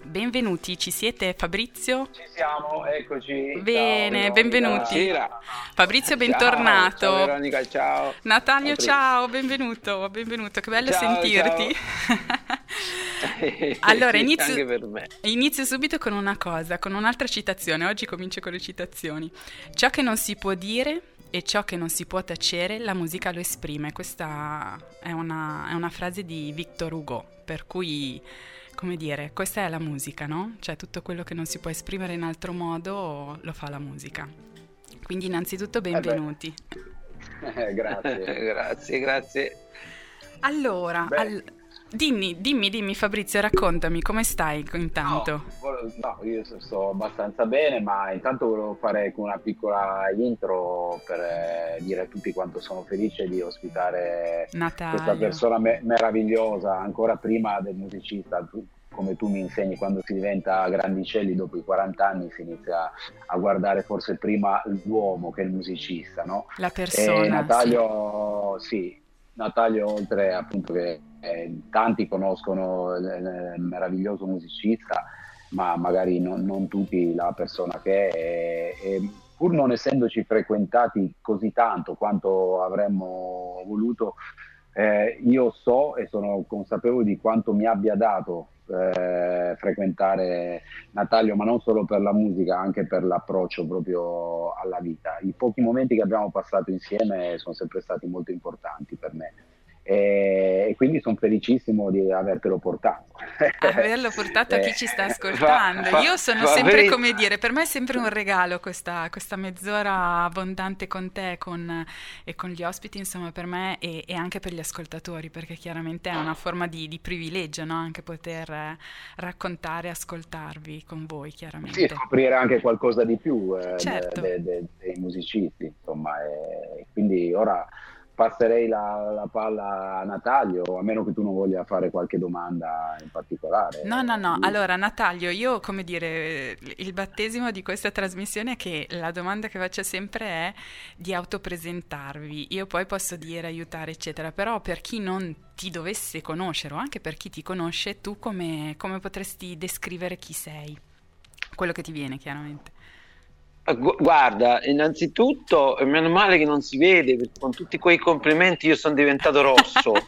benvenuti, ci siete Fabrizio? Ci siamo, eccoci. Ciao Bene, benvenuti. Veronica. Fabrizio, Ciao bentornato. Veronica, ciao. Natalio, Apri. ciao, benvenuto, che bello Ciao, sentirti. ciao. Allora, Sì, anche per me. inizio subito con una cosa, con un'altra citazione. Oggi comincio con le citazioni. Ciò che non si può dire e ciò che non si può tacere, la musica lo esprime. Questa è una frase di Victor Hugo, per cui, come dire, questa è la musica, no? Cioè tutto quello che non si può esprimere in altro modo lo fa la musica. Quindi innanzitutto Eh beh, benvenuti. grazie. Grazie, grazie. Allora, Beh, dimmi Fabrizio, raccontami come stai no, intanto. no, io sto abbastanza bene, ma intanto volevo fare una piccola intro per dire a tutti quanto sono felice di ospitare questa Natalio. persona meravigliosa, ancora prima del musicista. Come tu mi insegni, quando si diventa grandicelli dopo i 40 anni si inizia a guardare forse prima l'uomo che il musicista, no? La E persona, sì. Natalio, sì, Natalio, oltre appunto che tanti conoscono il meraviglioso musicista, ma magari non tutti la persona che è, e pur non essendoci frequentati così tanto quanto avremmo voluto, io so e sono consapevole di quanto mi abbia dato frequentare Natalio, ma non solo per la musica, anche per l'approccio proprio alla vita. I pochi momenti che abbiamo passato insieme sono sempre stati molto importanti per me e quindi sono felicissimo di avertelo portato. Averlo portato a Eh, chi ci sta fa, ascoltando. fa, Io sono fa sempre, veri- come dire, per me è sempre un regalo questa mezz'ora abbondante con te e con gli ospiti, insomma, per me e anche per gli ascoltatori, perché chiaramente è una forma di privilegio, no? Anche poter raccontare, ascoltarvi con voi, sì, chiaramente. scoprire anche qualcosa di più Certo. dei musicisti, insomma, e quindi ora passerei la palla a Natalio, a meno che tu non voglia fare qualche domanda in No, no, particolare. no. Allora, Natalio, io, come dire, il battesimo di questa trasmissione è che la domanda che faccio sempre è di autopresentarvi. Io poi posso dire, aiutare, eccetera, però per chi non ti dovesse conoscere o anche per chi ti conosce, tu come potresti descrivere chi sei? Quello che ti viene, chiaramente. Guarda, innanzitutto, meno male che non si vede, perché con tutti quei complimenti io sono diventato rosso.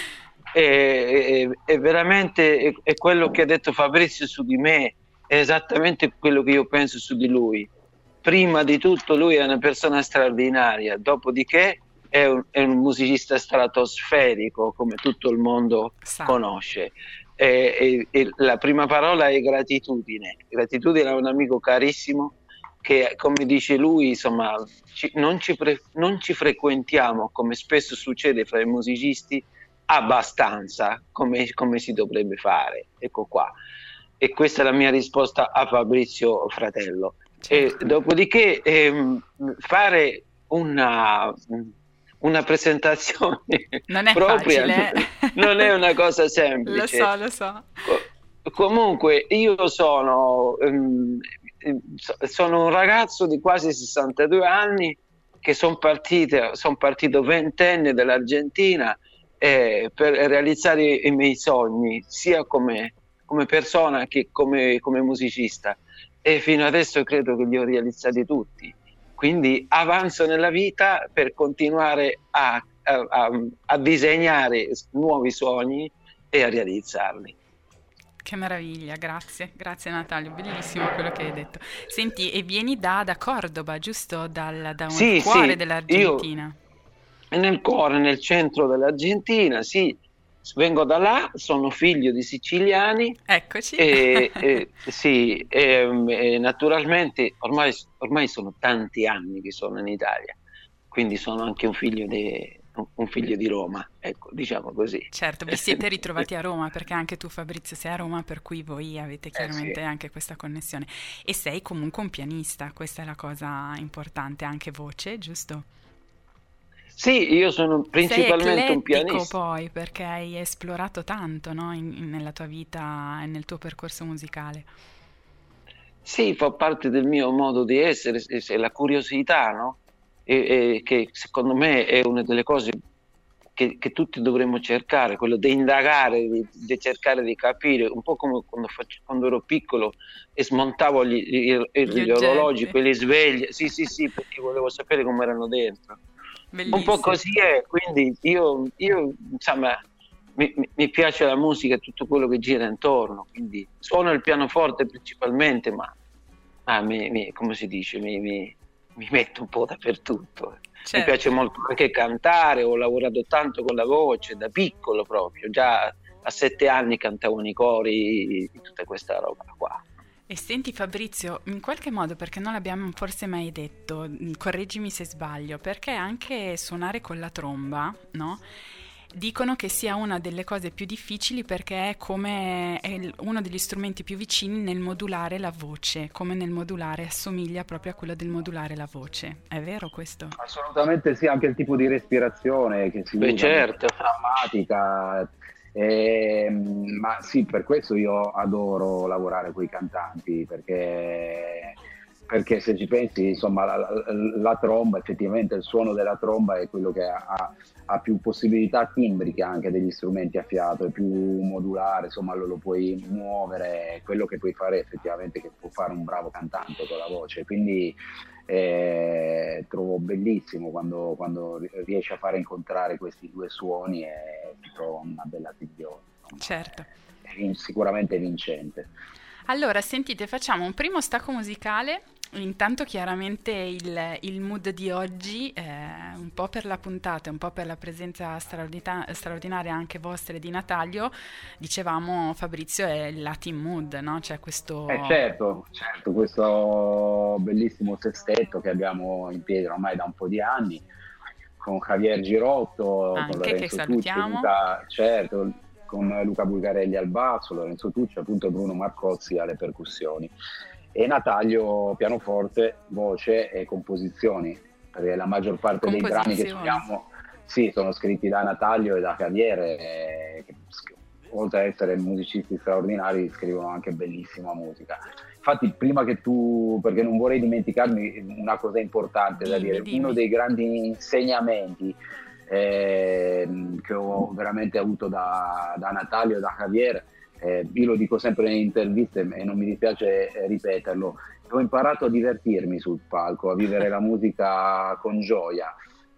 E veramente è quello che ha detto Fabrizio su di me, è esattamente quello che io penso su di lui. Prima di tutto, lui è una persona straordinaria, dopodiché è un musicista stratosferico, come tutto il mondo Sa. conosce. E la prima parola è gratitudine. Gratitudine a un amico carissimo che, come dice lui, insomma, non ci frequentiamo, come spesso succede fra i musicisti, abbastanza come si dovrebbe fare. Ecco qua. E questa è la mia risposta a Fabrizio Fratello. E Certo. dopodiché fare una presentazione Non è propria facile, eh? non è una cosa Lo semplice. so, lo so. Comunque, io sono un ragazzo di quasi 62 anni che son partito ventenne dall'Argentina per realizzare i miei sogni, sia come persona che come musicista. E fino adesso credo che li ho realizzati tutti. Quindi avanzo nella vita per continuare a disegnare nuovi sogni e a realizzarli. Che meraviglia, grazie, grazie Natalio, bellissimo quello che hai detto. Senti, e vieni da Cordoba, giusto? Da un Sì, cuore sì, io dell'Argentina. nel cuore, nel centro dell'Argentina, sì, vengo da là, sono figlio di siciliani Eccoci. sì, e naturalmente ormai sono tanti anni che sono in Italia, quindi sono anche un figlio di Roma, ecco, diciamo così. Certo, vi siete ritrovati a Roma perché anche tu Fabrizio sei a Roma, per cui voi avete Sì. chiaramente anche questa connessione. E sei comunque un pianista, questa è la cosa importante, anche voce, giusto? Sì, io sono Sei principalmente un eclettico pianista. poi perché hai esplorato tanto, no? Nella tua vita e nel tuo percorso musicale. Sì, fa parte del mio modo di essere, la curiosità, no? Che secondo me è una delle cose che tutti dovremmo cercare, quello di indagare, di cercare di capire, un po' come quando ero piccolo e smontavo gli orologi, quelli svegli, sì, perché volevo sapere come erano dentro. Bellissimo. Un po' così è, quindi io insomma, mi piace la musica e tutto quello che gira intorno, quindi suono il pianoforte principalmente, ma come si dice, mi metto un po' dappertutto. Certo. Mi piace molto anche cantare, ho lavorato tanto con la voce da piccolo proprio, già a 7 anni cantavo nei cori, tutta questa roba qua. E senti Fabrizio, in qualche modo, perché non l'abbiamo forse mai detto, correggimi se sbaglio, perché anche suonare con la tromba, no? Dicono che sia una delle cose più difficili perché è uno degli strumenti più vicini nel modulare la voce, come nel modulare assomiglia proprio a quello del modulare la voce. È vero questo? Assolutamente sì, anche il tipo di respirazione che si usa, certo, drammatica. Ma sì, per questo io adoro lavorare con i cantanti, perché se ci pensi, insomma, la tromba, effettivamente il suono della tromba è quello che ha più possibilità timbriche anche degli strumenti a fiato, è più modulare, insomma lo puoi muovere, è quello che puoi fare effettivamente, che può fare un bravo cantante con la voce, quindi trovo bellissimo quando riesci a fare incontrare questi due suoni e si trova una bella simbiose. Certo. È sicuramente vincente. Allora, sentite, facciamo un primo stacco musicale. Intanto chiaramente il mood di oggi, un po' per la puntata, un po' per la presenza straordinaria anche vostra di Natalio, dicevamo Fabrizio, è il Latin mood, no? C'è questo... certo, questo bellissimo sestetto che abbiamo in piedi ormai da un po' di anni, con Javier Girotto, anche, con Lorenzo che salutiamo. Tucci, con Luca Bulgarelli al basso, Lorenzo Tucci, appunto Bruno Marcozzi alle percussioni. E Natalio pianoforte, voce e composizioni, perché la maggior parte dei brani che suoniamo sono scritti da Natalio e da Javier, che oltre ad essere musicisti straordinari scrivono anche bellissima musica. Infatti, prima che perché non vorrei dimenticarmi una cosa importante da dire, uno dei grandi insegnamenti che ho veramente avuto da Natalio e da Javier, io lo dico sempre nelle interviste e non mi dispiace ripeterlo, ho imparato a divertirmi sul palco, a vivere la musica con gioia,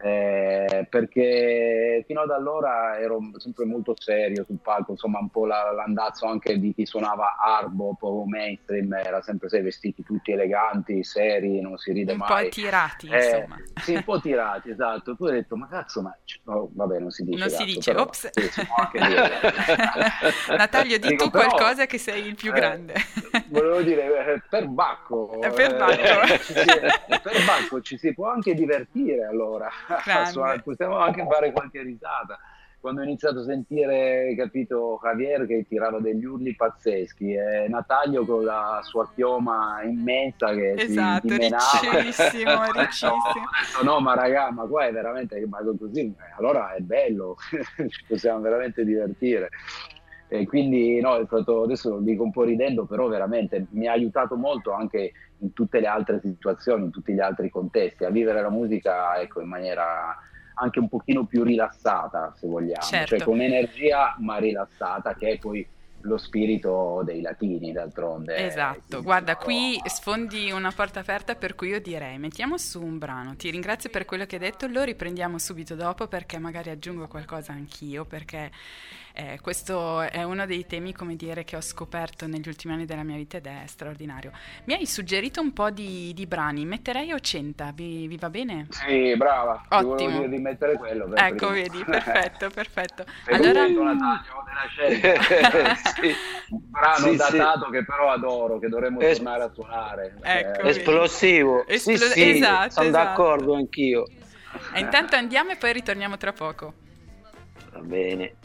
perché fino ad allora ero sempre molto serio sul palco, insomma un po' l'andazzo anche di chi suonava hard bop o mainstream, era sempre vestiti tutti eleganti, seri, non si ride mai. Un po' tirati, insomma. Sì, un po' tirati, esatto. Tu hai detto, ma cazzo, no, vabbè, non si dice. Non si dice, però, ops. Sì, si può anche dire. Natalio, di tu qualcosa che sei il più grande. Volevo dire, per Bacco. Per Bacco ci si può anche divertire, allora. Possiamo anche fare qualche risata. Quando ho iniziato a sentire, capito, Javier che tirava degli urli pazzeschi e Natalio con la sua chioma immensa che si dimenava. Riccissimo. No, ma raga, ma qua è veramente così, allora è bello, ci possiamo veramente divertire. E quindi no, è stato, adesso lo dico un po' ridendo, però veramente mi ha aiutato molto anche in tutte le altre situazioni, in tutti gli altri contesti, a vivere la musica, ecco, in maniera anche un pochino più rilassata, se vogliamo, certo. Cioè con energia ma rilassata, che è poi lo spirito dei latini, d'altronde. Esatto, guarda, qui sfondi una porta aperta, per cui io direi mettiamo su un brano. Ti ringrazio per quello che hai detto, lo riprendiamo subito dopo perché magari aggiungo qualcosa anch'io, perché questo è uno dei temi, come dire, che ho scoperto negli ultimi anni della mia vita ed è straordinario. Mi hai suggerito un po' di brani, metterei Ocenta, vi va bene? Sì, brava, ottimo. Ti volevo dire di mettere quello. Ecco, prima. Vedi, perfetto. Allora, un brano datato che però adoro, che dovremmo tornare a suonare. Ecco, esplosivo. Sì, esatto, sono d'accordo anch'io. E intanto andiamo e poi ritorniamo tra poco. Va bene.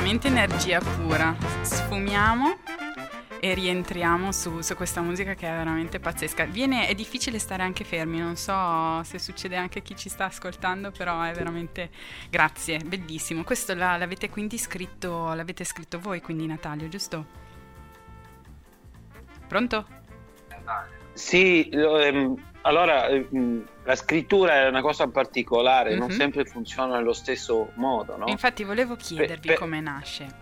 veramente energia pura. Sfumiamo e rientriamo su questa musica che è veramente pazzesca. È difficile stare anche fermi, non so se succede anche a chi ci sta ascoltando, però è veramente... Grazie, bellissimo. Questo l'avete quindi scritto, l'avete scritto voi, quindi Natalio, giusto? Pronto? Sì, allora la scrittura è una cosa particolare, non sempre funziona nello stesso modo, no? Infatti volevo chiedervi come nasce.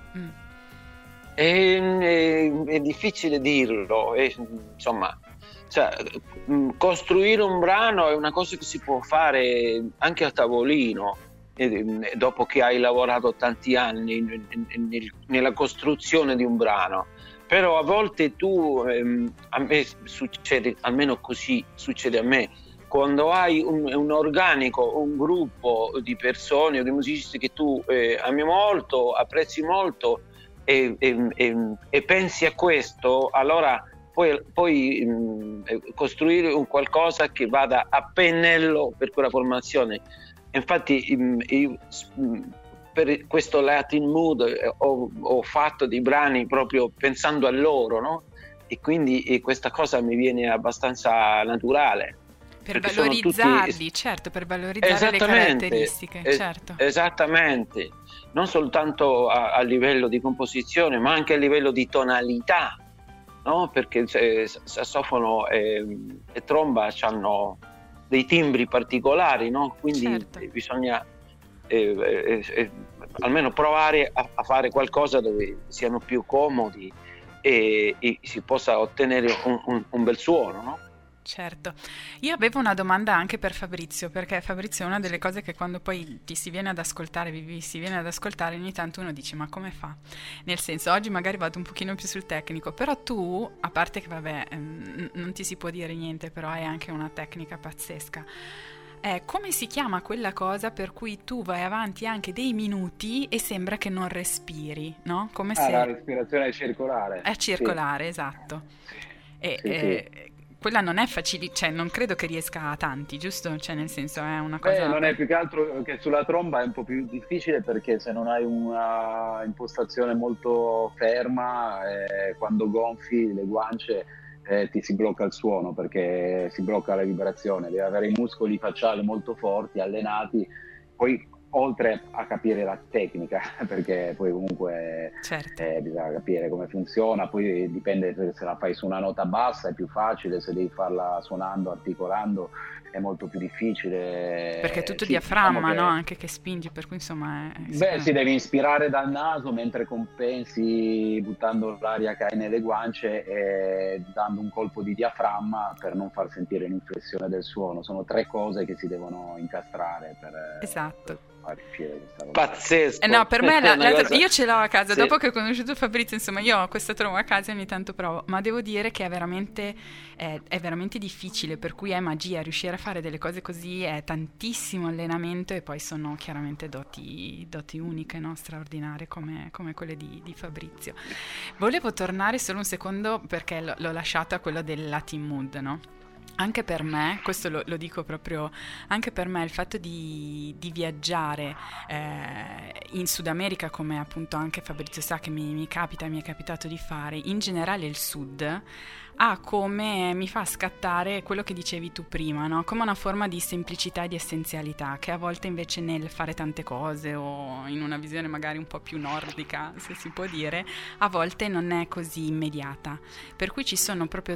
È difficile dirlo, insomma, cioè, costruire un brano è una cosa che si può fare anche a tavolino, dopo che hai lavorato tanti anni nella costruzione di un brano. Però a volte a me succede, almeno così succede a me, quando hai un organico, un gruppo di persone o di musicisti che tu ami molto, apprezzi molto e pensi a questo, allora puoi costruire un qualcosa che vada a pennello per quella formazione. Infatti io, per questo Latin Mood ho fatto dei brani proprio pensando a loro, no? E quindi questa cosa mi viene abbastanza naturale. Per valorizzarli, certo, per valorizzare le caratteristiche, certo. Esattamente, non soltanto a livello di composizione, ma anche a livello di tonalità, no? Perché sassofono e tromba hanno dei timbri particolari, no? Quindi bisogna almeno provare a fare qualcosa dove siano più comodi e si possa ottenere un bel suono, no? Certo, io avevo una domanda anche per Fabrizio, perché Fabrizio è una delle cose che quando poi ti si viene ad ascoltare, si viene ad ascoltare, ogni tanto uno dice ma come fa? Nel senso, oggi magari vado un pochino più sul tecnico, però tu, a parte che vabbè, non ti si può dire niente, però hai anche una tecnica pazzesca. Come si chiama quella cosa per cui tu vai avanti anche dei minuti e sembra che non respiri, no? Come se... la respirazione circolare. È circolare, sì. Esatto. Sì. Quella non è facile, cioè non credo che riesca a tanti, giusto? Cioè nel senso è una cosa... non è più che altro che sulla tromba è un po' più difficile perché se non hai una impostazione molto ferma, quando gonfi le guance ti si blocca il suono perché si blocca la vibrazione, devi avere i muscoli facciali molto forti, allenati, poi oltre a capire la tecnica, perché poi comunque bisogna capire come funziona, poi dipende se la fai su una nota bassa è più facile, se devi farla suonando, articolando è molto più difficile. Perché è tutto diaframma, diciamo no? Anche che spingi, per cui insomma... si devi ispirare dal naso mentre compensi buttando l'aria che hai nelle guance e dando un colpo di diaframma per non far sentire l'inflessione del suono. Sono 3 cose che si devono incastrare per... Esatto. Pazzesco. No, per me io ce l'ho a casa, dopo che ho conosciuto Fabrizio, insomma io ho questa tromba a casa e ogni tanto provo, ma devo dire che è veramente difficile, per cui è magia, riuscire a fare delle cose così è tantissimo allenamento e poi sono chiaramente doti uniche, no? Straordinarie come quelle di Fabrizio. Volevo tornare solo un secondo perché l'ho lasciato a quello del Latin Mood, no? Anche per me, questo lo dico proprio, anche per me il fatto di viaggiare in Sud America, come appunto anche Fabrizio sa che mi è capitato di fare, in generale il Sud, come mi fa scattare quello che dicevi tu prima, no? Come una forma di semplicità e di essenzialità, che a volte invece nel fare tante cose o in una visione magari un po' più nordica, se si può dire, a volte non è così immediata. Per cui ci sono proprio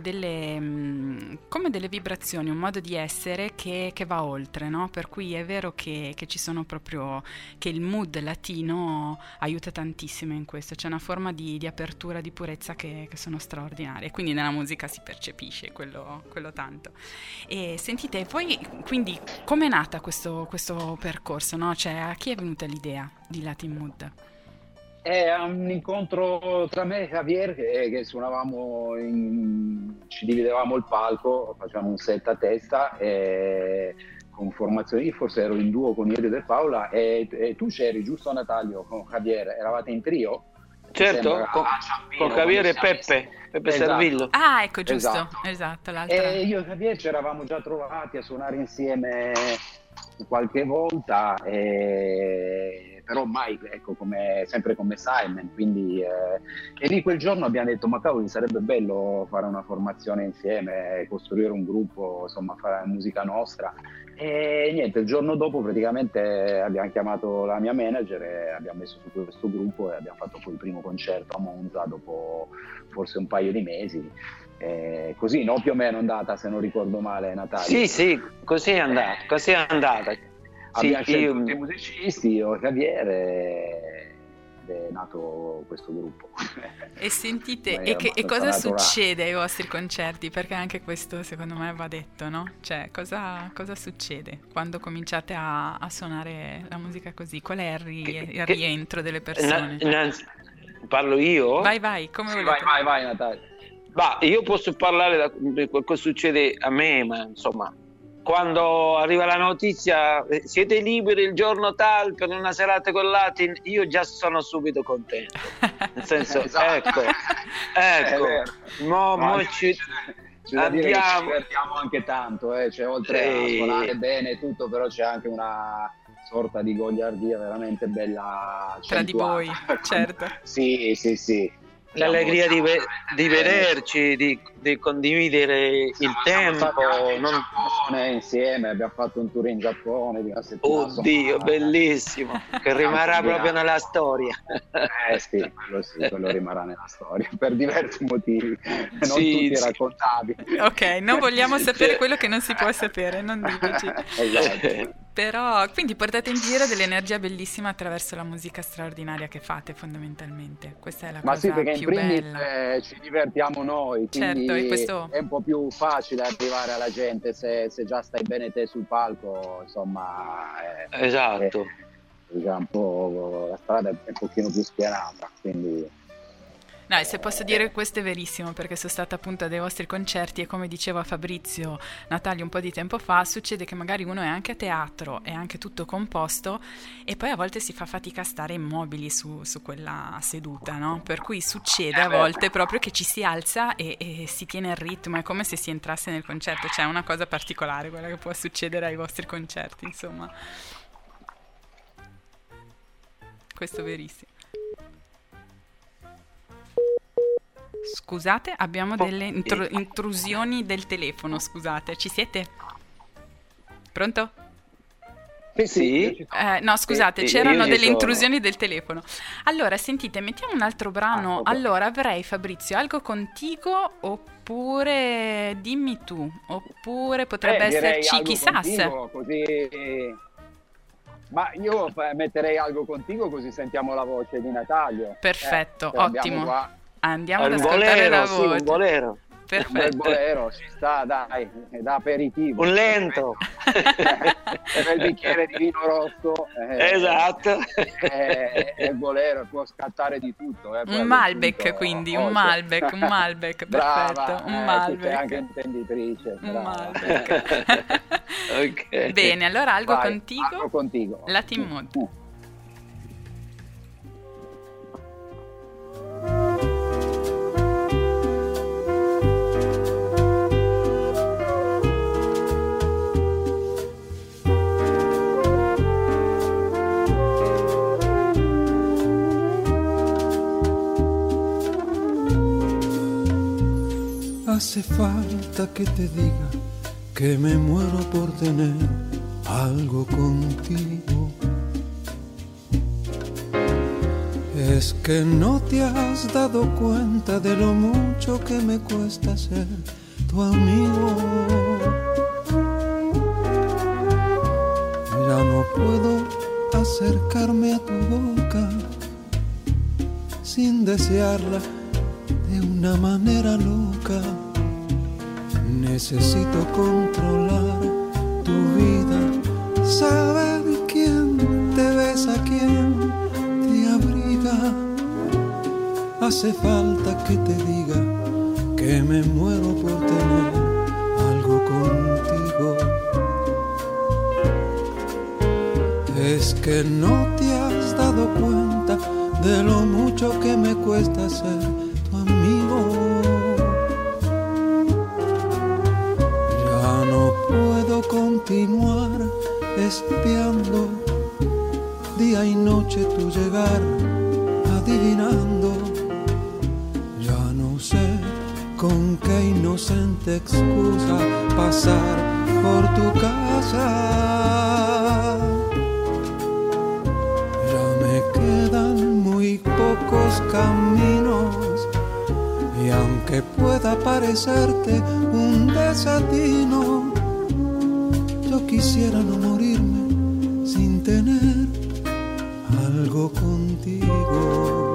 come delle vibrazioni, un modo di essere che va oltre, no? Per cui è vero che ci sono proprio, che il mood latino aiuta tantissimo in questo, c'è una forma di apertura, di purezza che sono straordinarie, quindi nella musica si percepisce quello tanto. E sentite, voi quindi com'è nata questo percorso, no? Cioè a chi è venuta l'idea di Latin Mood? È un incontro tra me e Javier che suonavamo, ci dividevamo il palco, facevamo un set a testa con formazioni, forse ero in duo con Ieri De Paola e tu c'eri giusto Natalio con Javier, eravate in trio? Certo, con Javier e Peppe esatto. Servillo. Ah, ecco, giusto, esatto l'altra. E io e Javier ci eravamo già trovati a suonare insieme qualche volta e però mai, ecco, sempre come Simon, quindi e lì quel giorno abbiamo detto ma cavoli, sarebbe bello fare una formazione insieme, costruire un gruppo, insomma fare musica nostra. E niente, il giorno dopo praticamente abbiamo chiamato la mia manager e abbiamo messo su questo gruppo e abbiamo fatto poi il primo concerto a Monza dopo forse un paio di mesi. Così, no, più o meno è andata, se non ricordo male, Natalia. Sì, così è andata. Abbiamo scelto tutti i musicisti, io e Javier, ed è nato questo gruppo. E sentite, e cosa succede ai vostri concerti? Perché anche questo secondo me va detto, no? Cioè, cosa succede quando cominciate a suonare la musica così? Qual è il rientro delle persone? Parlo io? Vai, come volete. Vai, Natalia. Bah, io posso parlare di quel che succede a me, ma insomma, quando arriva la notizia siete liberi il giorno tal per una serata con Latin, io già sono subito contento. Nel senso, esatto. ecco, mo ci divertiamo anche tanto, cioè, oltre a suonare bene e tutto, però c'è anche una sorta di goliardia veramente bella tra di voi, certo. Sì. L'allegria di vederci, di condividere il tempo. Giappone insieme, abbiamo fatto un tour in Giappone di una settimana. Oddio, bellissimo, che rimarrà proprio nella storia. Sì, quello rimarrà nella storia per diversi motivi, non tutti raccontabili. Ok, non vogliamo sapere quello che non si può sapere, non diteci. Esatto. Però, quindi portate in giro dell'energia bellissima attraverso la musica straordinaria che fate, fondamentalmente. Questa è la cosa più bella. Ci divertiamo noi, quindi certo, e questo è un po' più facile arrivare alla gente se già stai bene te sul palco, insomma. Esatto. La strada è un pochino più spianata, quindi... No, e se posso dire, questo è verissimo, perché sono stata appunto a dei vostri concerti e come diceva Fabrizio Natali un po' di tempo fa, succede che magari uno è anche a teatro, è anche tutto composto e poi a volte si fa fatica a stare immobili su quella seduta, no? Per cui succede a volte proprio che ci si alza e si tiene il ritmo, è come se si entrasse nel concerto, cioè è una cosa particolare quella che può succedere ai vostri concerti, insomma. Questo è verissimo. Scusate, abbiamo delle intrusioni del telefono, scusate, ci siete? Pronto? Sì. No, scusate, c'erano delle intrusioni del telefono. Allora, sentite, mettiamo un altro brano. Okay. Allora, avrei, Fabrizio, Algo Contigo oppure Dimmi tu, oppure potrebbe esserci Chissà. Così... Ma io metterei Algo Contigo così sentiamo la voce di Natalia. Perfetto, ottimo. Andiamo ad un ascoltare bolero, la voce. un bolero. Perfetto. Un bel bolero, ci sta, dai, è da aperitivo. Un lento. Per il bicchiere di vino rosso. Esatto. Il bolero può scattare di tutto. Un Malbec, quindi, un Malbec, perfetto. Brava, un Malbec. Sei anche intenditrice. Un Malbec. Okay. Bene, allora Algo Vai, Contigo. Algo Contigo. Latin Mood. Hace falta que te diga que me muero por tener algo contigo. Es que no te has dado cuenta de lo mucho que me cuesta ser tu amigo. Ya no puedo acercarme a tu boca sin desearla de una manera loca. Necesito controlar tu vida, saber quién te besa, quién te abriga. Hace falta que te diga que me muero por tener algo contigo. Es que no te has dado cuenta de lo mucho que me cuesta ser tu amigo. Ya no puedo continuar espiando día y noche con qué inocente excusa pasar por tu casa. Ya me quedan muy pocos caminos y aunque pueda parecerte un desatino, yo quisiera no morirme sin tener algo contigo.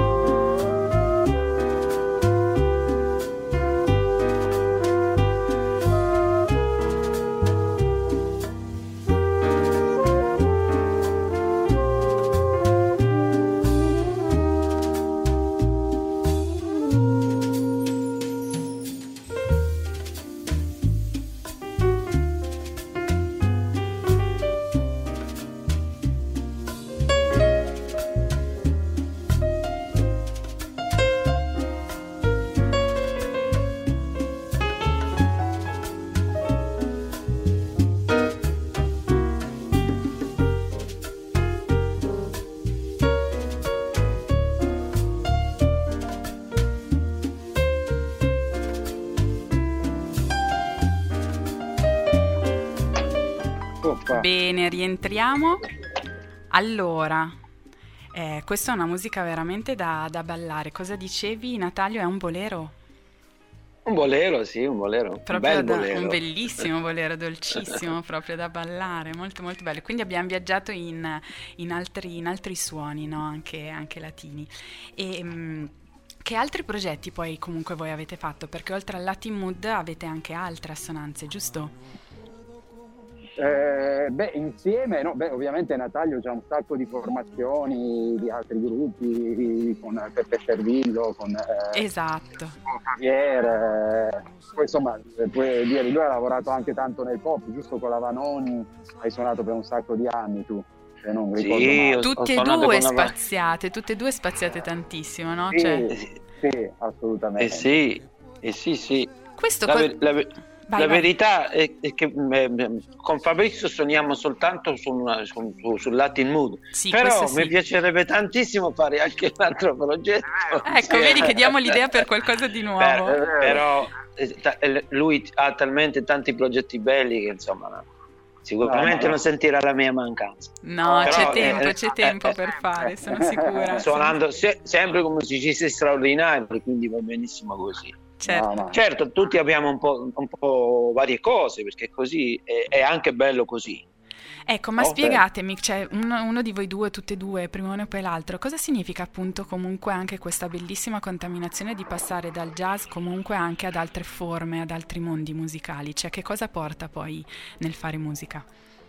Bene, rientriamo. Allora, questa è una musica veramente da ballare. Cosa dicevi, Natalio? È un bolero? Un bolero, sì, un bolero. Proprio Un bel bolero. un bellissimo bolero, dolcissimo, proprio da ballare, molto molto bello. Quindi abbiamo viaggiato in altri suoni, no? Anche latini. E che altri progetti poi comunque voi avete fatto? Perché oltre al Latin Mood avete anche altre assonanze, giusto? Insieme, no? Ovviamente Natalio c'ha un sacco di formazioni di altri gruppi, con Peppe Servillo, con Esatto. Javier, poi insomma, puoi dire, lui ha lavorato anche tanto nel pop, giusto con la Vanoni, hai suonato per un sacco di anni tu, se non ricordo male. Tutte e due spaziate tantissimo, no? Sì, Cioè... sì, assolutamente. Sì. Questo La verità è che con Fabrizio suoniamo soltanto sul Latin Mood, sì, però sì. mi piacerebbe tantissimo fare anche un altro progetto. Ecco, vedi che diamo l'idea per qualcosa di nuovo. Però lui ha talmente tanti progetti belli che insomma sicuramente non sentirà la mia mancanza. No, però, c'è tempo per fare, sono sicura. Suonando sempre con musicisti straordinari, quindi va benissimo così. Certo, tutti abbiamo un po' varie cose, perché così è anche bello così. Ecco, ma spiegatemi, cioè uno di voi due, tutte e due, prima uno e poi l'altro, cosa significa appunto comunque anche questa bellissima contaminazione di passare dal jazz comunque anche ad altre forme, ad altri mondi musicali? Cioè che cosa porta poi nel fare musica?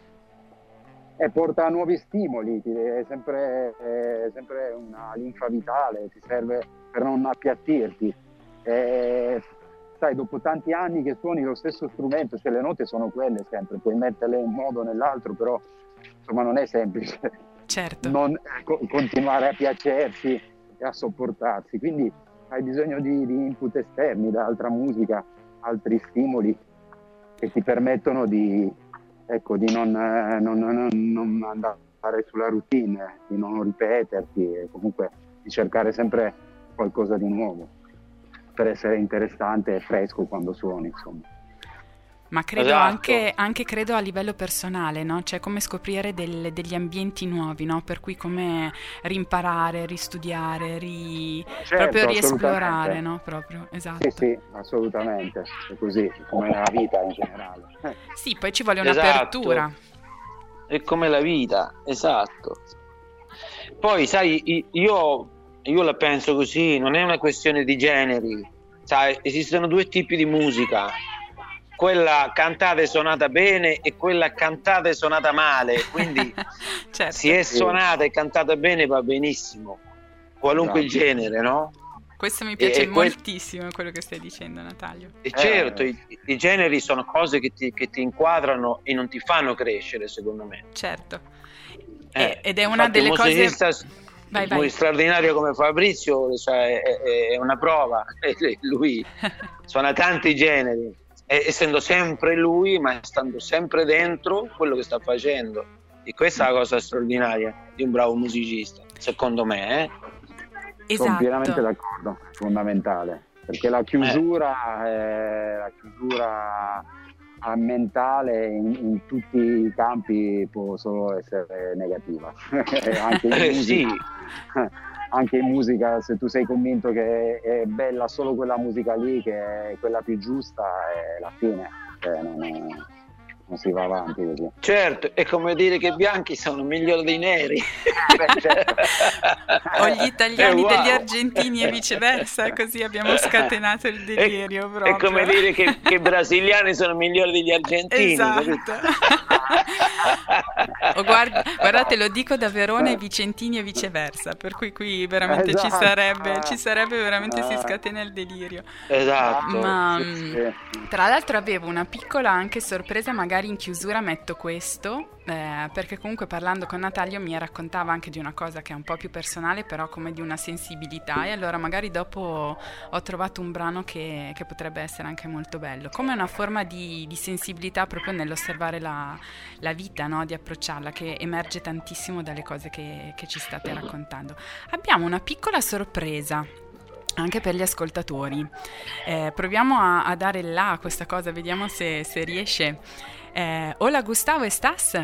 Porta nuovi stimoli, è sempre una linfa vitale, ti serve per non appiattirti. Sai, dopo tanti anni che suoni lo stesso strumento, se le note sono quelle sempre, puoi metterle in un modo o nell'altro, però insomma non è semplice. Certo. Non continuare a piacersi e a sopportarsi, quindi hai bisogno di input esterni, da altra musica, altri stimoli che ti permettono di non andare sulla routine, di non ripeterti e comunque di cercare sempre qualcosa di nuovo, per essere interessante e fresco quando suoni, insomma. Ma credo anche credo a livello personale, no? Cioè come scoprire degli ambienti nuovi, no? Per cui come rimparare, ristudiare, proprio riesplorare, no? Proprio, esatto. Sì, assolutamente, è così, come nella vita in generale. Sì, poi ci vuole un'apertura. Esatto. È come la vita, esatto. Poi, sai, io la penso così, non è una questione di generi, sai, esistono due tipi di musica, quella cantata e suonata bene e quella cantata e suonata male, quindi certo. Se è suonata e cantata bene va benissimo, qualunque il genere, no? Questo mi piace moltissimo, quello che stai dicendo, Natalio. E certo, i generi sono cose che ti inquadrano e non ti fanno crescere, secondo me. Certo. Ed è una delle cose... Vai. Straordinario come Fabrizio, cioè, è una prova. Lui suona tanti generi, essendo sempre lui, ma stando sempre dentro quello che sta facendo. E questa è la cosa straordinaria di un bravo musicista, secondo me. Esatto. Sono pienamente d'accordo, fondamentale. perché la chiusura mentale in tutti i campi può solo essere negativa. Anche in musica, sì. Anche in musica, se tu sei convinto che è bella solo quella musica lì, che è quella più giusta, è la fine, cioè, non si va avanti così. Certo, è come dire che i bianchi sono migliori dei neri. Certo. O gli italiani degli argentini e viceversa, così abbiamo scatenato il delirio proprio. È come dire che i brasiliani sono migliori degli argentini. Esatto. Guardate, lo dico da Verona ai vicentini e viceversa, per cui qui veramente ci sarebbe veramente, si scatena il delirio. Esatto. Ma Sì. tra l'altro avevo una piccola anche sorpresa, magari in chiusura metto questo, perché comunque parlando con Natalio mi raccontava anche di una cosa che è un po' più personale, però come di una sensibilità, e allora magari dopo ho trovato un brano che potrebbe essere anche molto bello, come una forma di sensibilità proprio nell'osservare la vita, no? Di approcciarla, che emerge tantissimo dalle cose che ci state raccontando. Abbiamo una piccola sorpresa anche per gli ascoltatori. Proviamo a dare là a questa cosa, vediamo se riesce. Hola Gustavo, ¿estás?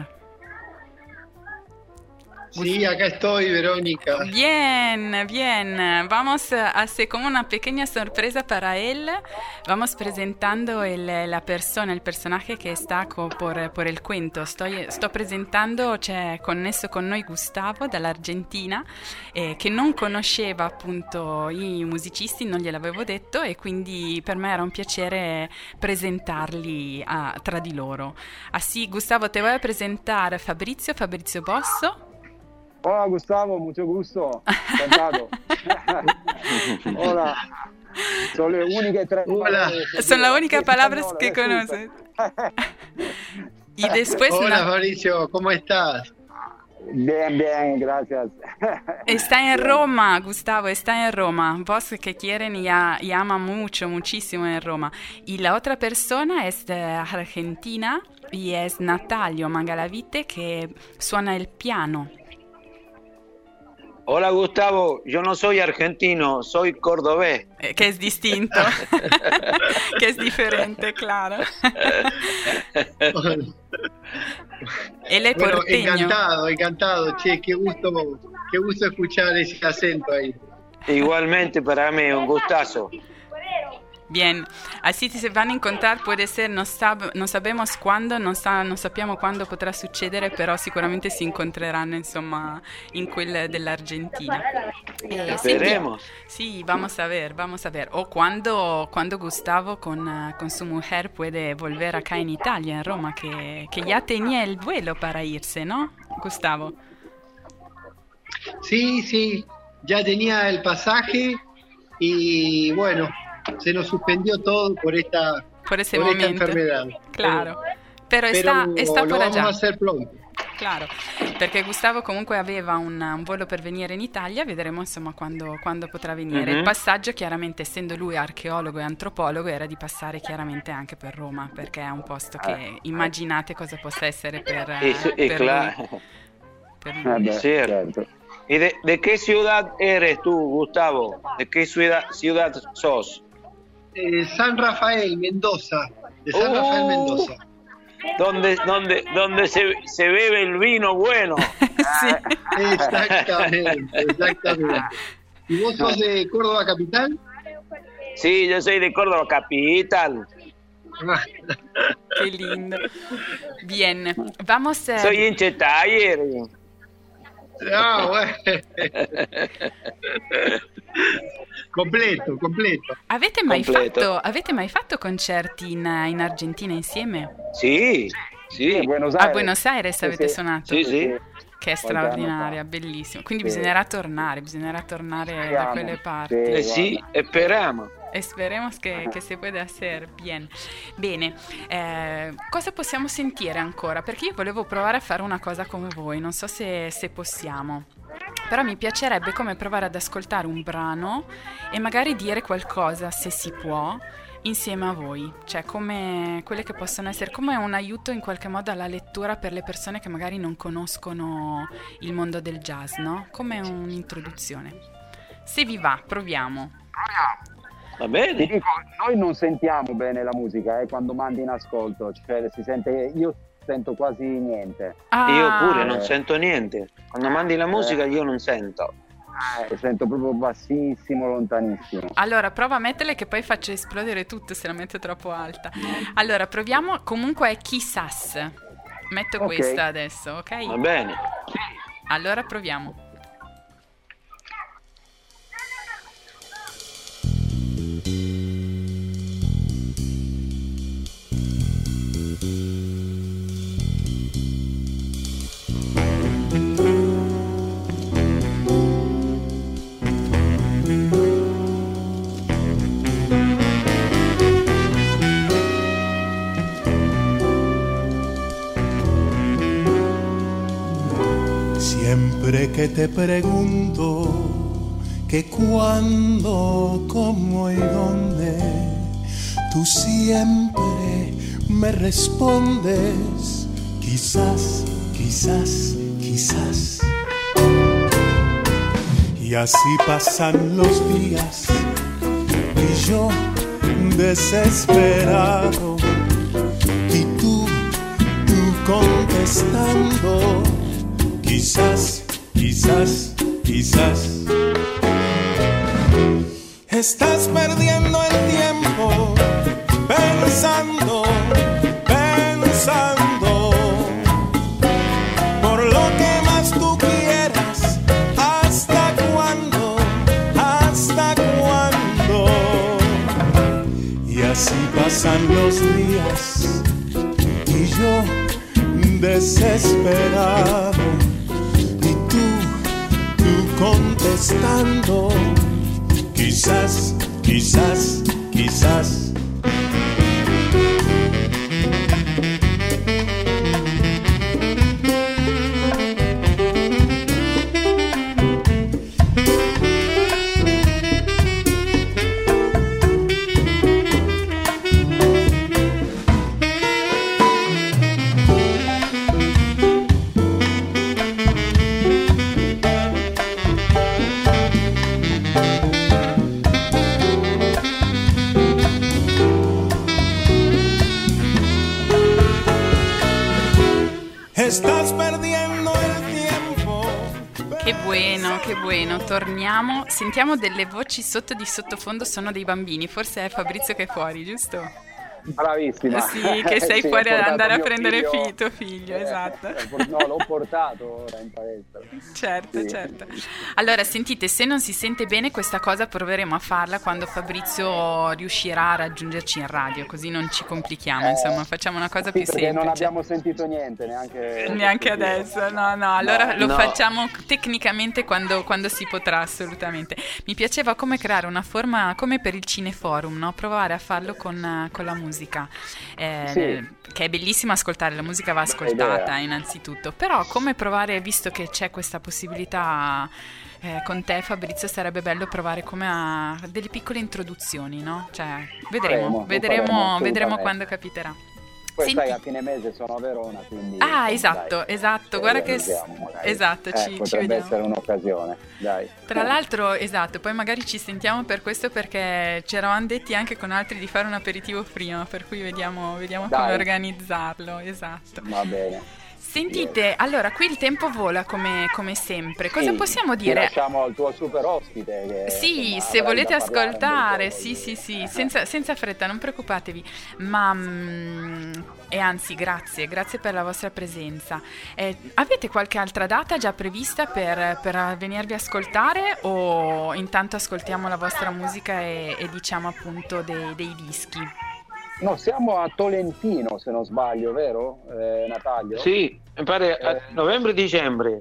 Sí, acá estoy, Verónica. Bien, bien. Vamos a hacer como una pequeña sorpresa para él. Vamos presentando la persona, il personaje che sta por el cuento. Sto presentando, c'è connesso con noi Gustavo dall'Argentina, che non conosceva appunto i musicisti, non gliel'avevo detto, e quindi per me era un piacere presentarli tra di loro. Así, Gustavo, te voy a presentar Fabrizio Bosso. Hola Gustavo, mucho gusto, encantado. Hola. Son las únicas tres palabras. Son las únicas palabras que conoces. Y después Hola Fabricio, ¿cómo estás? Bien, bien, gracias. Está en Roma, Gustavo, está en Roma. Vos que quieren y ama mucho, muchísimo en Roma. Y la otra persona es de Argentina y es Natalio Mangalavite, que suena el piano. Hola Gustavo, yo no soy argentino, soy cordobés. Que es distinto, que es diferente, claro. Él es porteño. Encantado, che, qué gusto escuchar ese acento ahí. Igualmente para mí, un gustazo. Bien, así se van a encontrar, puede ser, no sabemos cuándo, no sappiamo quando potrà succedere, però sicuramente si incontreranno, insomma, in quel dell'Argentina. Veremos. Sí, vamos a ver. O cuando Gustavo con su mujer puede volver acá en Italia, en Roma, que ya tenía el vuelo para irse, ¿no, Gustavo? Sí, ya tenía el pasaje y bueno, se nos suspendió todo por esta enfermedad. Claro, pero está por lo allá. Vamos a hacer pronto. Claro, perché Gustavo comunque aveva un volo per venire in Italia, vedremo insomma quando potrà venire. Il passaggio chiaramente, essendo lui archeologo e antropologo, era di passare chiaramente anche per Roma, perché è un posto che immaginate cosa possa essere per claro. lui. Per lui. Cierto. ¿Y de qué ciudad eres tú, Gustavo? ¿De qué ciudad sos? San Rafael, Mendoza. De San Rafael, Mendoza. Donde se bebe el vino bueno. Sí. Exactamente. ¿Y vos sos de Córdoba capital? Sí, yo soy de Córdoba capital. Qué lindo. Bien, vamos. Soy hincha de Taller. Bueno. completo. Avete mai fatto concerti in Argentina insieme? Sì. A Buenos Aires avete suonato? Sì. Che è straordinaria, bellissimo. Quindi bisognerà tornare da quelle parti. Sì, speriamo. Esperemos que se pueda hacer bien. Bene, cosa possiamo sentire ancora? Perché io volevo provare a fare una cosa come voi, non so se possiamo. Però mi piacerebbe come provare ad ascoltare un brano e magari dire qualcosa, se si può, insieme a voi. Cioè come quelle che possono essere come un aiuto in qualche modo alla lettura per le persone che magari non conoscono il mondo del jazz, no? Come un'introduzione. Se vi va, proviamo. Va bene. Ti dico, noi non sentiamo bene la musica quando mandi in ascolto, cioè si sente, io sento quasi niente. Io pure non sento niente. Quando mandi la musica io non sento. Sento proprio bassissimo, lontanissimo. Allora prova a metterle che poi faccio esplodere tutto se la metto troppo alta. Allora proviamo, comunque è Chissas. Metto questa adesso, ok? Va bene. Allora proviamo. Siempre que te pregunto que cuándo, cómo y dónde, tú siempre me respondes quizás, quizás, quizás. Y así pasan los días y yo desesperado y tú contestando quizás, quizás, quizás. Estás perdiendo el tiempo pensando, pensando por lo que más tú quieras. ¿Hasta cuándo? ¿Hasta cuándo? Y así pasan los días y yo desesperado y tú contestando quizás, quizás, quizás. Estás perdiendo el tiempo. Che buono, torniamo, sentiamo delle voci sotto di sottofondo, sono dei bambini, forse è Fabrizio che è fuori, giusto? Bravissima. Sì, che sei fuori ad andare a prendere tuo figlio, esatto. No, l'ho portato ora in palestra. Certo, sì. certo. Allora, sentite, se non si sente bene questa cosa proveremo a farla quando Fabrizio riuscirà a raggiungerci in radio, così non ci complichiamo, insomma, facciamo una cosa più semplice. Perché non abbiamo sentito niente, neanche adesso, no, allora lo facciamo tecnicamente quando si potrà, assolutamente. Mi piaceva come creare una forma come per il Cineforum, no? Provare a farlo con la musica. Che è bellissimo ascoltare, la musica va ascoltata innanzitutto, però come provare, visto che c'è questa possibilità con te Fabrizio, sarebbe bello provare come a delle piccole introduzioni, no? Cioè, vedremo quando capiterà. Poi sai, a fine mese sono a Verona, quindi... esatto, guarda che... Esatto, ci potrebbe vediamo. essere un'occasione, dai. Tra l'altro, esatto, poi magari ci sentiamo per questo, perché ci eravamo detti anche con altri di fare un aperitivo prima, per cui vediamo come organizzarlo, esatto. Va bene. Sentite, allora qui il tempo vola come sempre. Cosa possiamo dire? Lasciamo al tuo super ospite. Sì, se volete ascoltare, sì, senza fretta, non preoccupatevi. Ma e anzi, grazie per la vostra presenza. Avete qualche altra data già prevista per venirvi a ascoltare, o intanto ascoltiamo la vostra musica e diciamo appunto dei dischi? No, siamo a Tolentino, se non sbaglio, vero Natalio? Sì, mi pare a novembre-dicembre.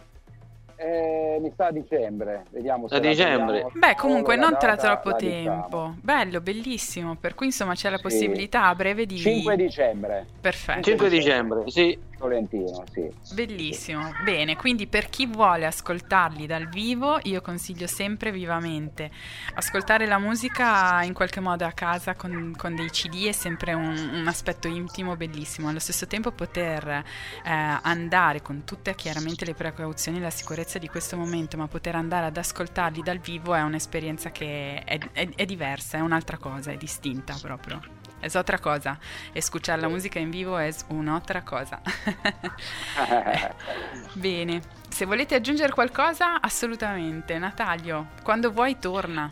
Mi sa a dicembre, vediamo se a dicembre. Beh, comunque non tra troppo tempo. Diciamo. Bello, bellissimo, per cui insomma c'è la possibilità a breve di... 5 dicembre. Perfetto. 5 dicembre, sì. Tolentino, sì. Bellissimo, sì. Bene, quindi per chi vuole ascoltarli dal vivo, io consiglio sempre vivamente ascoltare la musica in qualche modo a casa con dei CD, è sempre un aspetto intimo bellissimo. Allo stesso tempo poter andare con tutte chiaramente le precauzioni e la sicurezza di questo momento, ma poter andare ad ascoltarli dal vivo è un'esperienza che è diversa, è un'altra cosa, è distinta proprio. Es otra cosa. Escuchar la musica in vivo es un'altra cosa. Bene. Se volete aggiungere qualcosa, assolutamente. Natalio, quando vuoi torna.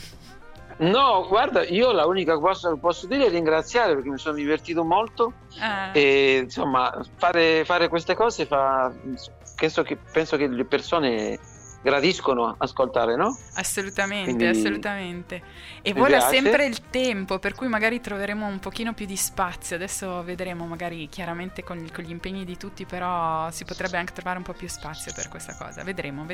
No, guarda, io la unica cosa che posso dire è ringraziare, perché mi sono divertito molto e insomma fare queste cose penso che le persone gradiscono ascoltare, no? Assolutamente, quindi assolutamente. E vola sempre il tempo, per cui magari troveremo un pochino più di spazio. Adesso vedremo, magari chiaramente con gli impegni di tutti, però si potrebbe anche trovare un po' più spazio per questa cosa. Vedremo.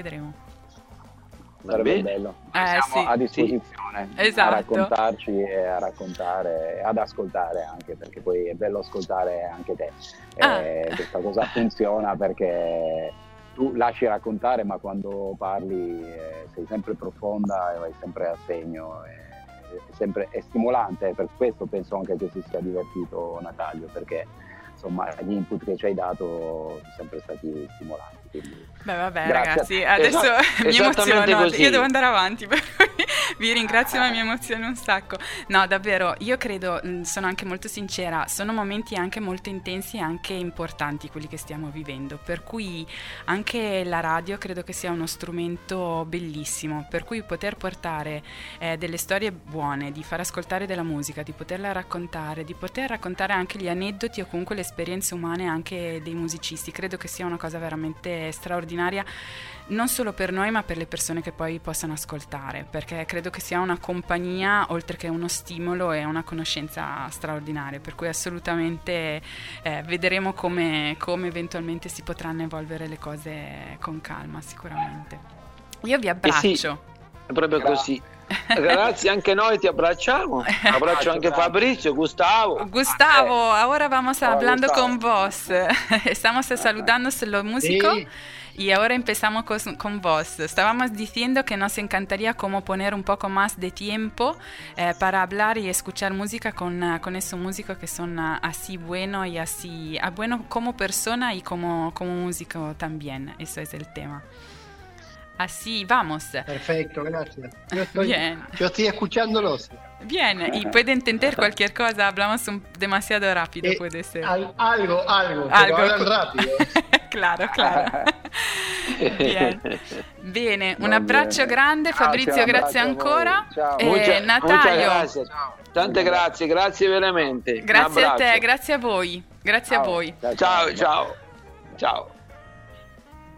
Sarebbe bello. Siamo sì, a disposizione, sì. Esatto. A raccontarci e a raccontare, ad ascoltare anche, perché poi è bello ascoltare anche te. Questa cosa funziona perché tu lasci raccontare, ma quando parli sei sempre profonda e vai sempre a segno, è stimolante. Per questo penso anche che si sia divertito Natalio, perché insomma gli input che ci hai dato sono sempre stati stimolanti. Quindi, beh vabbè ragazzi, adesso mi emoziono, così. Io devo andare avanti, per cui vi ringrazio, ma mi emoziona un sacco. No, davvero, io credo, sono anche molto sincera, sono momenti anche molto intensi e anche importanti quelli che stiamo vivendo, per cui anche la radio credo che sia uno strumento bellissimo, per cui poter portare delle storie buone, di far ascoltare della musica, di poterla raccontare, di poter raccontare anche gli aneddoti o comunque le esperienze umane anche dei musicisti, credo che sia una cosa veramente straordinaria, non solo per noi ma per le persone che poi possano ascoltare, perché credo che sia una compagnia oltre che uno stimolo e una conoscenza straordinaria, per cui assolutamente vedremo come eventualmente si potranno evolvere le cose con calma, sicuramente. Io vi abbraccio. Sì, è proprio così. Grazie, anche noi ti abbracciamo. Abbraccio anche Fabrizio, Gustavo, ahora vamos hablando con vos. Estamos saludándose los músicos. Sí. Y ahora empezamos con vos. Estábamos diciendo que nos encantaría como poner un poco más de tiempo para hablar y escuchar música con esos músicos que son así buenos y así bueno como persona y como músico también. Eso es el tema. Así vamos. Perfecto, gracias. Yo estoy escuchándolos. Bien, y pueden entender cualquier cosa, hablamos demasiado rápido, puede ser. Algo, pero hablan rápido. Claro. Bene, un abbraccio grande, Fabrizio, grazie ancora. Natalia, grazie. Tante grazie veramente. Grazie a te, grazie a voi. Grazie a voi. Ciao.